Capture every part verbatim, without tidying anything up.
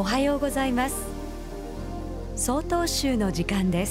はようございます。曹洞宗の時間です。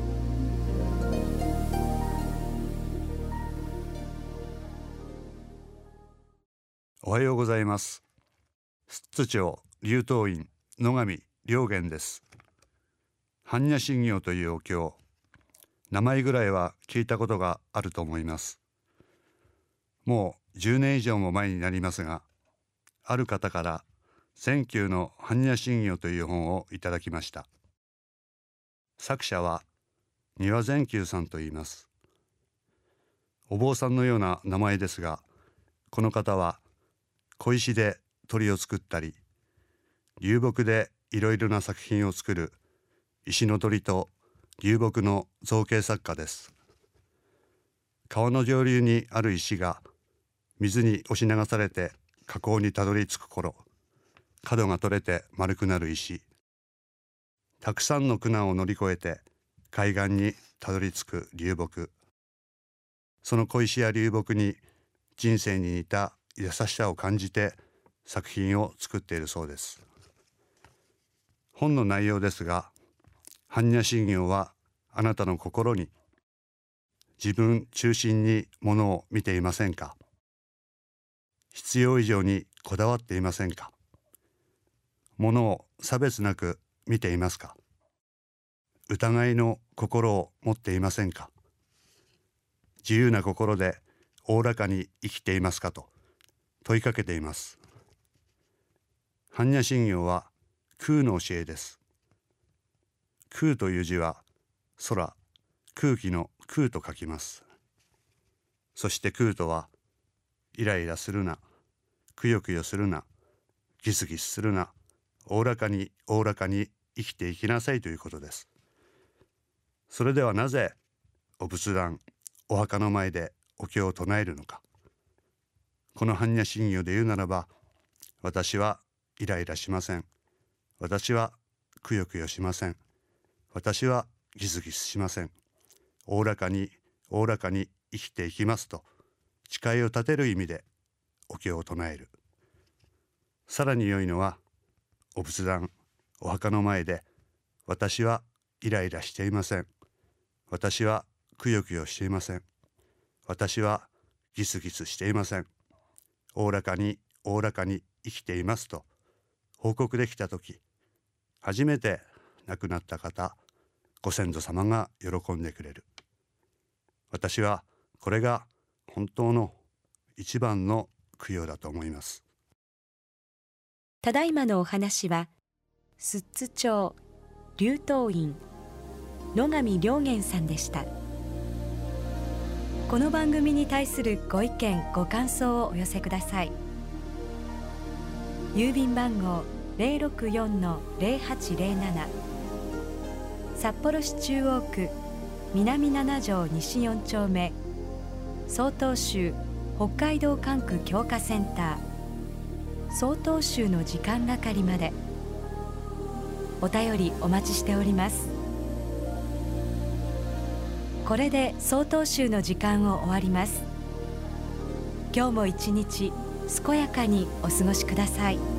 おはようございます。寿都町龍洞院野上良源です。般若心経というお経、名前ぐらいは聞いたことがあると思います。もうじゅうねん以上も前になりますが、ある方から千休の般若心経という本をいただきました。作者は丹羽善休さんと言います。お坊さんのような名前ですが、この方は小石で鳥を作ったり、流木でいろいろな作品を作る石の鳥と流木の造形作家です。川の上流にある石が水に押し流されて河口にたどり着く頃、角が取れて丸くなる石、たくさんの苦難を乗り越えて海岸にたどり着く流木、その小石や流木に人生に似た優しさを感じて作品を作っているそうです。本の内容ですが、般若心経はあなたの心に自分中心にものを見ていませんか？必要以上にこだわっていませんか？ものを差別なく見ていますか？疑いの心を持っていませんか？自由な心でおおらかに生きていますかと問いかけています。般若心経は空の教えです。空という字は空、空気の空と書きます。そして空とは、イライラするな、くよくよするな、ギスギスするな、おおらかにおおらかに生きていきなさいということです。それではなぜお仏壇、お墓の前でお経を唱えるのか。この般若心経で言うならば、私はイライラしません。私はくよくよしません。私はギスギスしません。おおらかにおおらかに生きていきますと誓いを立てる意味でお経を唱える。さらに良いのは、お仏壇、お墓の前で、私はイライラしていません。私はくよくよしていません。私はギスギスしていません。おおらかにおおらかに生きていますと報告できたとき、初めて亡くなった方、ご先祖様が喜んでくれる。私はこれが本当の一番の供養だと思います。 ただいまのお話は、寿都町龍洞院野上良源さんでした。この番組に対するご意見ご感想をお寄せください。郵便番号 ゼロろくよんのゼロはちゼロなな、 札幌市中央区南なな条西よん丁目、曹洞宗北海道管区強化センター曹洞宗の時間係まで。お便りお待ちしております。これで曹洞宗の時間を終わります。今日も一日健やかにお過ごしください。